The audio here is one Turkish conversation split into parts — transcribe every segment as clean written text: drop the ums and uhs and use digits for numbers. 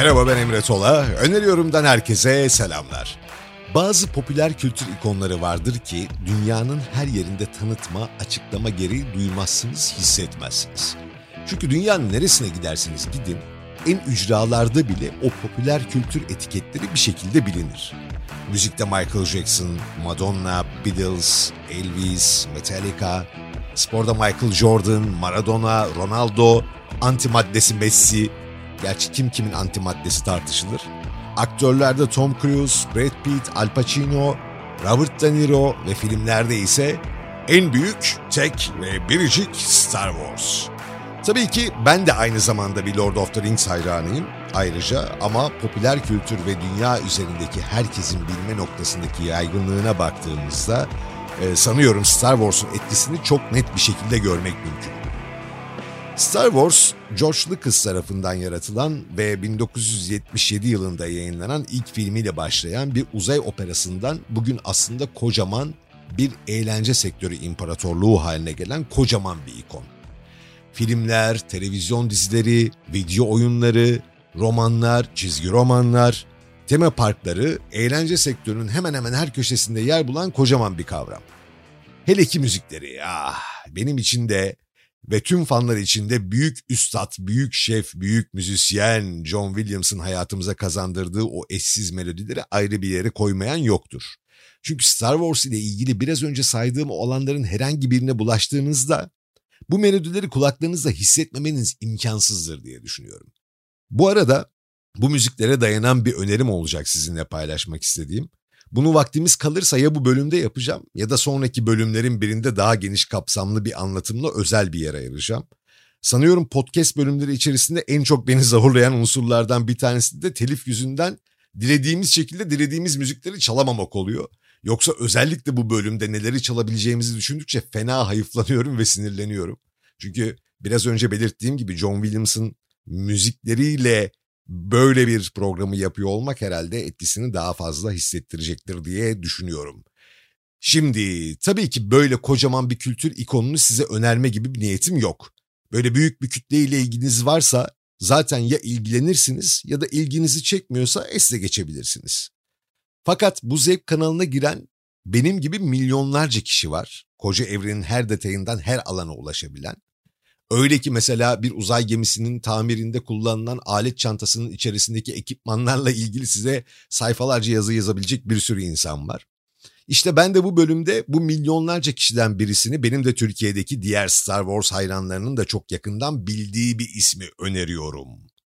Merhaba, ben Emre Tola. Öneriyorum'dan herkese selamlar. Bazı popüler kültür ikonları vardır ki dünyanın her yerinde tanıtma, açıklama gereği duymazsınız, hissetmezsiniz. Çünkü dünyanın neresine giderseniz gidin, en ücralarda bile o popüler kültür etiketleri bir şekilde bilinir. Müzikte Michael Jackson, Madonna, Beatles, Elvis, Metallica, sporda Michael Jordan, Maradona, Ronaldo, antimaddesi Messi, gerçi kim kimin antimaddesi tartışılır. Aktörlerde Tom Cruise, Brad Pitt, Al Pacino, Robert De Niro ve filmlerde ise en büyük, tek ve biricik Star Wars. Tabii ki ben de aynı zamanda bir Lord of the Rings hayranıyım ayrıca, ama popüler kültür ve dünya üzerindeki herkesin bilme noktasındaki yaygınlığına baktığımızda sanıyorum Star Wars'un etkisini çok net bir şekilde görmek mümkün. Star Wars, George Lucas tarafından yaratılan ve 1977 yılında yayınlanan ilk filmiyle başlayan bir uzay operasından bugün aslında kocaman bir eğlence sektörü imparatorluğu haline gelen kocaman bir ikon. Filmler, televizyon dizileri, video oyunları, romanlar, çizgi romanlar, tema parkları eğlence sektörünün hemen hemen her köşesinde yer bulan kocaman bir kavram. Hele ki müzikleri, benim için de ve tüm fanlar için de büyük üstad, büyük şef, büyük müzisyen John Williams'ın hayatımıza kazandırdığı o eşsiz melodileri ayrı bir yere koymayan yoktur. Çünkü Star Wars ile ilgili biraz önce saydığım o alanların herhangi birine bulaştığınızda bu melodileri kulaklarınızda hissetmemeniz imkansızdır diye düşünüyorum. Bu arada bu müziklere dayanan bir önerim olacak sizinle paylaşmak istediğim. Bunu vaktimiz kalırsa ya bu bölümde yapacağım ya da sonraki bölümlerin birinde daha geniş kapsamlı bir anlatımla özel bir yer ayıracağım. Sanıyorum podcast bölümleri içerisinde en çok beni zorlayan unsurlardan bir tanesi de telif yüzünden dilediğimiz şekilde dilediğimiz müzikleri çalamamak oluyor. Yoksa özellikle bu bölümde neleri çalabileceğimizi düşündükçe fena hayıflanıyorum ve sinirleniyorum. Çünkü biraz önce belirttiğim gibi John Williams'ın müzikleriyle böyle bir programı yapıyor olmak herhalde etkisini daha fazla hissettirecektir diye düşünüyorum. Şimdi tabii ki böyle kocaman bir kültür ikonunu size önerme gibi bir niyetim yok. Böyle büyük bir kütleyle ilginiz varsa zaten ya ilgilenirsiniz ya da ilginizi çekmiyorsa esle geçebilirsiniz. Fakat bu zevk kanalına giren benim gibi milyonlarca kişi var. Koca evrenin her detayından her alana ulaşabilen. Öyle ki mesela bir uzay gemisinin tamirinde kullanılan alet çantasının içerisindeki ekipmanlarla ilgili size sayfalarca yazı yazabilecek bir sürü insan var. İşte ben de bu bölümde bu milyonlarca kişiden birisini, benim de Türkiye'deki diğer Star Wars hayranlarının da çok yakından bildiği bir ismi öneriyorum.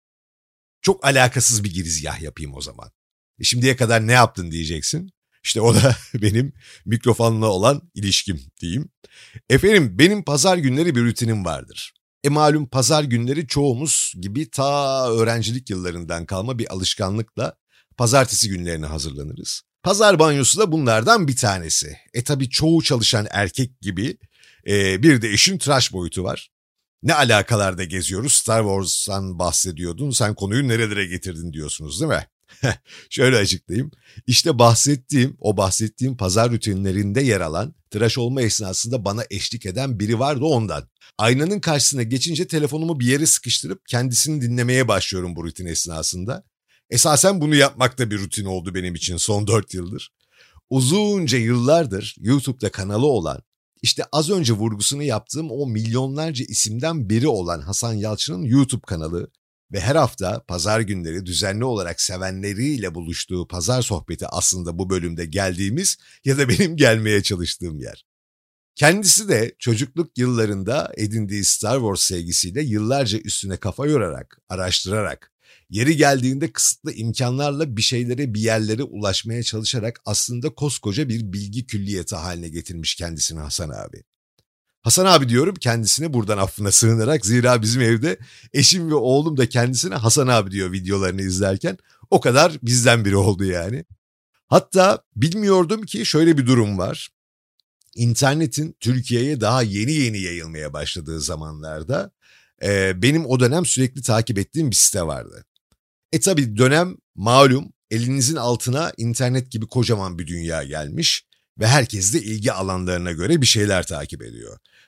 Çok alakasız bir girizgah yapayım o zaman. Şimdiye kadar ne yaptın diyeceksin. İşte o da benim mikrofonla olan ilişkim diyeyim. Efendim, benim pazar günleri bir rutinim vardır. Malum pazar günleri çoğumuz gibi ta öğrencilik yıllarından kalma bir alışkanlıkla pazartesi günlerine hazırlanırız. Pazar banyosu da bunlardan bir tanesi. Tabii çoğu çalışan erkek gibi bir de işin tıraş boyutu var. Ne alakalarda geziyoruz? Star Wars'tan bahsediyordun, sen konuyu nerelere getirdin diyorsunuz değil mi? Şöyle açıklayayım. İşte bahsettiğim pazar rutinlerinde yer alan, tıraş olma esnasında bana eşlik eden biri vardı ondan. Aynanın karşısına geçince telefonumu bir yere sıkıştırıp kendisini dinlemeye başlıyorum bu rutin esnasında. Esasen bunu yapmak da bir rutin oldu benim için son 4 yıldır. Uzunca yıllardır YouTube'da kanalı olan, işte az önce vurgusunu yaptığım o milyonlarca isimden biri olan Hasan Yalçın'ın YouTube kanalı ve her hafta pazar günleri düzenli olarak sevenleriyle buluştuğu pazar sohbeti aslında bu bölümde geldiğimiz ya da benim gelmeye çalıştığım yer. Kendisi de çocukluk yıllarında edindiği Star Wars sevgisiyle yıllarca üstüne kafa yorarak, araştırarak, yeri geldiğinde kısıtlı imkanlarla bir şeylere, bir yerlere ulaşmaya çalışarak aslında koskoca bir bilgi külliyatı haline getirmiş kendisini Hasan abi. Hasan abi diyorum kendisine buradan affına sığınarak, zira bizim evde eşim ve oğlum da kendisine Hasan abi diyor videolarını izlerken. O kadar bizden biri oldu yani. Hatta bilmiyordum ki şöyle bir durum var. İnternetin Türkiye'ye daha yeni yayılmaya başladığı zamanlarda benim o dönem sürekli takip ettiğim bir site vardı. Tabii dönem malum elinizin altına internet gibi kocaman bir dünya gelmiş ve herkes de ilgi alanlarına göre bir şeyler takip ediyor.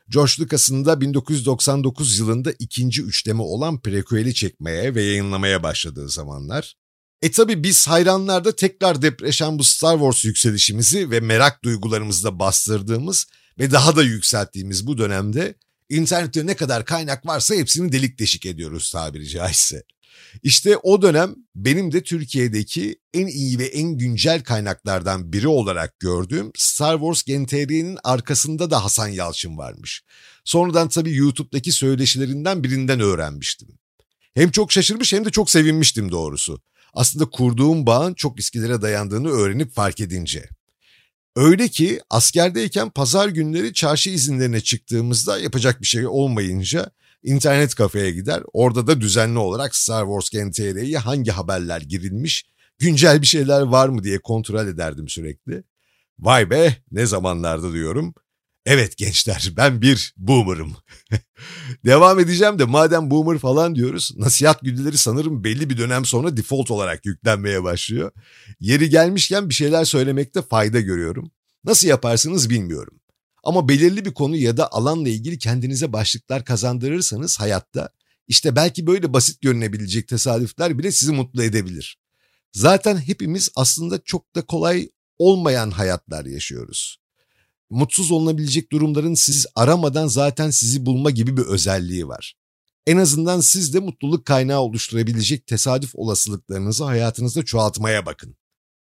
George Lucas'ın da 1999 yılında ikinci üçleme olan prequel'i çekmeye ve yayınlamaya başladığı zamanlar. Tabii biz hayranlarda tekrar depreşen bu Star Wars yükselişimizi ve merak duygularımızı da bastırdığımız ve daha da yükselttiğimiz bu dönemde internette ne kadar kaynak varsa hepsini delik deşik ediyoruz tabiri caizse. İşte o dönem benim de Türkiye'deki en iyi ve en güncel kaynaklardan biri olarak gördüğüm Star Wars Gen.tr'nin arkasında da Hasan Yalçın varmış. Sonradan tabii YouTube'daki söyleşilerinden birinden öğrenmiştim. Hem çok şaşırmış hem de çok sevinmiştim doğrusu. Aslında kurduğum bağın çok eskilere dayandığını öğrenip fark edince. Öyle ki askerdeyken pazar günleri çarşı izinlerine çıktığımızda yapacak bir şey olmayınca internet kafeye gider. Orada da düzenli olarak Star Wars Gen.tr'ye hangi haberler girilmiş, güncel bir şeyler var mı diye kontrol ederdim sürekli. Vay be ne zamanlarda diyorum. Evet gençler ben bir boomer'ım. Devam edeceğim de madem boomer falan diyoruz, nasihat güdüleri sanırım belli bir dönem sonra default olarak yüklenmeye başlıyor. Yeri gelmişken bir şeyler söylemekte fayda görüyorum. Nasıl yaparsınız bilmiyorum. Ama belirli bir konu ya da alanla ilgili kendinize başlıklar kazandırırsanız hayatta, işte belki böyle basit görünebilecek tesadüfler bile sizi mutlu edebilir. Zaten hepimiz aslında çok da kolay olmayan hayatlar yaşıyoruz. Mutsuz olunabilecek durumların siz aramadan zaten sizi bulma gibi bir özelliği var. En azından siz de mutluluk kaynağı oluşturabilecek tesadüf olasılıklarınızı hayatınızda çoğaltmaya bakın.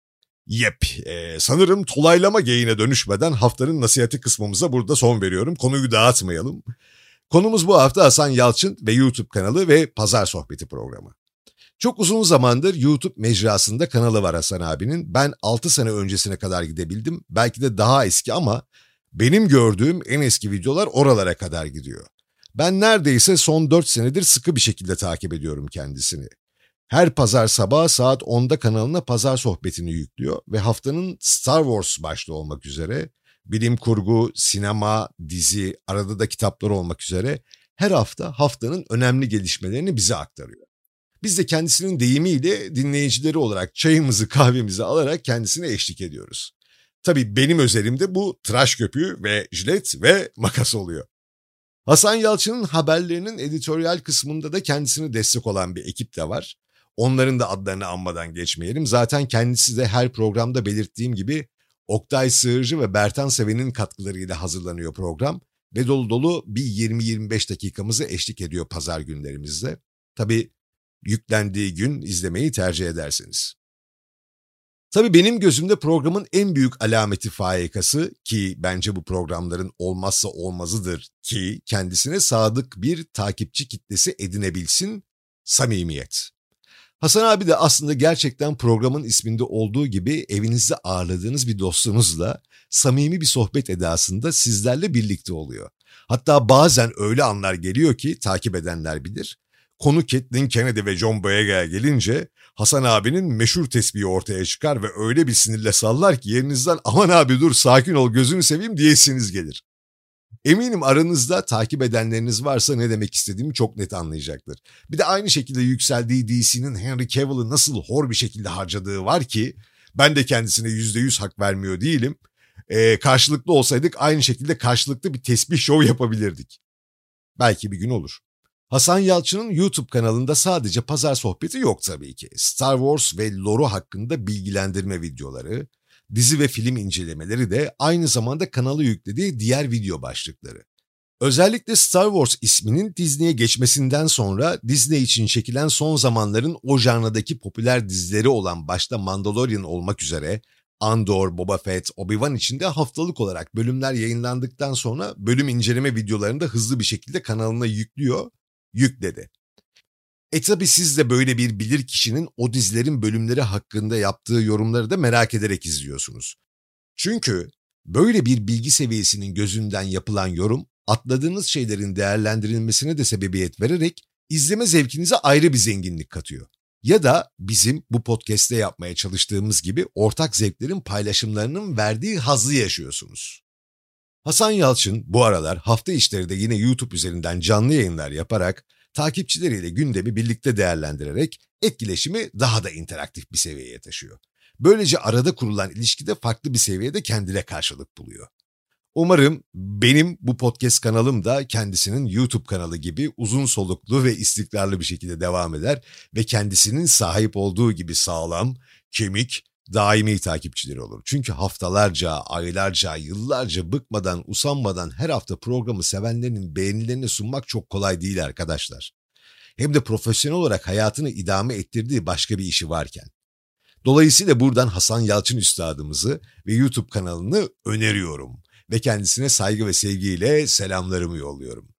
Sanırım tolaylama geyine dönüşmeden haftanın nasihati kısmımıza burada son veriyorum. Konuyu dağıtmayalım. Konumuz bu hafta Hasan Yalçın ve YouTube kanalı ve Pazar Sohbeti programı. Çok uzun zamandır YouTube mecrasında kanalı var Hasan abinin. Ben 6 sene öncesine kadar gidebildim. Belki de daha eski ama benim gördüğüm en eski videolar oralara kadar gidiyor. Ben neredeyse son 4 senedir sıkı bir şekilde takip ediyorum kendisini. Her pazar sabahı saat 10'da kanalına Pazar Sohbetini yüklüyor ve haftanın Star Wars başta olmak üzere bilim kurgu, sinema, dizi, arada da kitaplar olmak üzere her hafta haftanın önemli gelişmelerini bize aktarıyor. Biz de kendisinin deyimiyle dinleyicileri olarak çayımızı kahvemizi alarak kendisine eşlik ediyoruz. Tabii benim özelimde bu tıraş köpüğü ve jilet ve makas oluyor. Hasan Yalçın'ın haberlerinin editoryal kısmında da kendisine destek olan bir ekip de var. Onların da adlarını anmadan geçmeyelim. Zaten kendisi de her programda belirttiğim gibi Oktay Sığırcı ve Bertan Seven'in katkılarıyla hazırlanıyor program. Ve dolu dolu bir 20-25 dakikamızı eşlik ediyor pazar günlerimizde. Tabii yüklendiği gün izlemeyi tercih ederseniz. Tabii benim gözümde programın en büyük alameti faikası ki bence bu programların olmazsa olmazıdır ki kendisine sadık bir takipçi kitlesi edinebilsin, samimiyet. Hasan abi de aslında gerçekten programın isminde olduğu gibi evinizde ağırladığınız bir dostunuzla samimi bir sohbet edasında sizlerle birlikte oluyor. Hatta bazen öyle anlar geliyor ki takip edenler bilir. Konu Kathleen Kennedy ve John Boyega gelince Hasan abinin meşhur tesbihi ortaya çıkar ve öyle bir sinirle sallar ki yerinizden aman abi dur sakin ol gözünü seveyim diyesiniz gelir. Eminim aranızda takip edenleriniz varsa ne demek istediğimi çok net anlayacaktır. Bir de aynı şekilde yükseldiği DC'nin Henry Cavill'ı nasıl hor bir şekilde harcadığı var ki ben de kendisine %100 hak vermiyor değilim. Karşılıklı olsaydık aynı şekilde karşılıklı bir tesbih şov yapabilirdik. Belki bir gün olur. Hasan Yalçın'ın YouTube kanalında sadece pazar sohbeti yok tabii ki. Star Wars ve lore'u hakkında bilgilendirme videoları, dizi ve film incelemeleri de aynı zamanda kanala yüklediği diğer video başlıkları. Özellikle Star Wars isminin Disney'e geçmesinden sonra Disney için çekilen son zamanların o janradaki popüler dizileri olan başta Mandalorian olmak üzere Andor, Boba Fett, Obi-Wan için de haftalık olarak bölümler yayınlandıktan sonra bölüm inceleme videolarını da hızlı bir şekilde kanalına yükledi. Tabi siz de böyle bir bilir kişinin o dizilerin bölümleri hakkında yaptığı yorumları da merak ederek izliyorsunuz. Çünkü böyle bir bilgi seviyesinin gözünden yapılan yorum, atladığınız şeylerin değerlendirilmesine de sebebiyet vererek izleme zevkinize ayrı bir zenginlik katıyor. Ya da bizim bu podcast'te yapmaya çalıştığımız gibi ortak zevklerin paylaşımlarının verdiği hazzı yaşıyorsunuz. Hasan Yalçın bu aralar hafta içleri de yine YouTube üzerinden canlı yayınlar yaparak takipçileriyle gündemi birlikte değerlendirerek etkileşimi daha da interaktif bir seviyeye taşıyor. Böylece arada kurulan ilişkide farklı bir seviyede kendine karşılık buluyor. Umarım benim bu podcast kanalım da kendisinin YouTube kanalı gibi uzun soluklu ve istikrarlı bir şekilde devam eder ve kendisinin sahip olduğu gibi sağlam, kemik, daimi takipçileri olur. Çünkü haftalarca, aylarca, yıllarca bıkmadan, usanmadan her hafta programı sevenlerinin beğenilerini sunmak çok kolay değil arkadaşlar. Hem de profesyonel olarak hayatını idame ettirdiği başka bir işi varken. Dolayısıyla buradan Hasan Yalçın Üstadımızı ve YouTube kanalını öneriyorum ve kendisine saygı ve sevgiyle selamlarımı yolluyorum.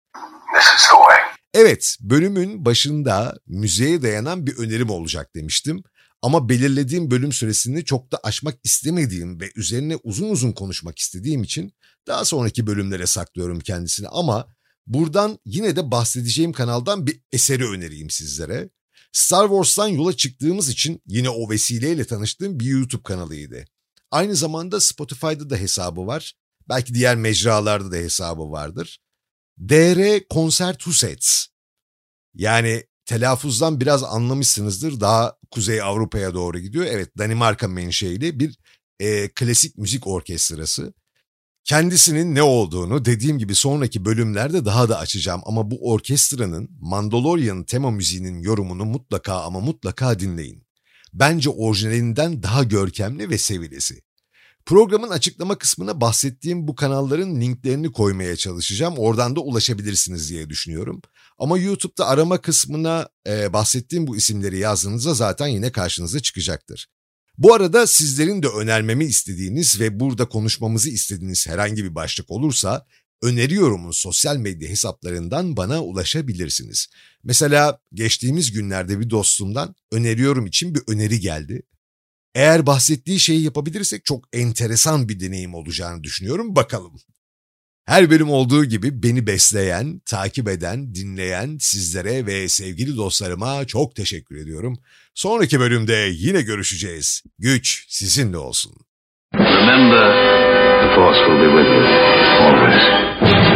Evet, bölümün başında müziğe dayanan bir önerim olacak demiştim. Ama belirlediğim bölüm süresini çok da aşmak istemediğim ve üzerine uzun uzun konuşmak istediğim için daha sonraki bölümlere saklıyorum kendisini. Ama buradan yine de bahsedeceğim kanaldan bir eseri önereyim sizlere. Star Wars'tan yola çıktığımız için yine o vesileyle tanıştığım bir YouTube kanalıydı. Aynı zamanda Spotify'da da hesabı var. Belki diğer mecralarda da hesabı vardır. DR Concertusets. Yani telaffuzdan biraz anlamışsınızdır. Daha Kuzey Avrupa'ya doğru gidiyor. Evet, Danimarka menşeili bir klasik müzik orkestrası. Kendisinin ne olduğunu dediğim gibi sonraki bölümlerde daha da açacağım. Ama bu orkestranın Mandalorian tema müziğinin yorumunu mutlaka ama mutlaka dinleyin. Bence orijinalinden daha görkemli ve sevilesi. Programın açıklama kısmına bahsettiğim bu kanalların linklerini koymaya çalışacağım. Oradan da ulaşabilirsiniz diye düşünüyorum. Ama YouTube'da arama kısmına bahsettiğim bu isimleri yazdığınızda zaten yine karşınıza çıkacaktır. Bu arada sizlerin de önermemi istediğiniz ve burada konuşmamızı istediğiniz herhangi bir başlık olursa öneriyorumun sosyal medya hesaplarından bana ulaşabilirsiniz. Mesela geçtiğimiz günlerde bir dostumdan öneriyorum için bir öneri geldi. Eğer bahsettiği şeyi yapabilirsek çok enteresan bir deneyim olacağını düşünüyorum. Bakalım. Her bölüm olduğu gibi beni besleyen, takip eden, dinleyen sizlere ve sevgili dostlarıma çok teşekkür ediyorum. Sonraki bölümde yine görüşeceğiz. Güç sizinle olsun. Remember, the force will be with you always.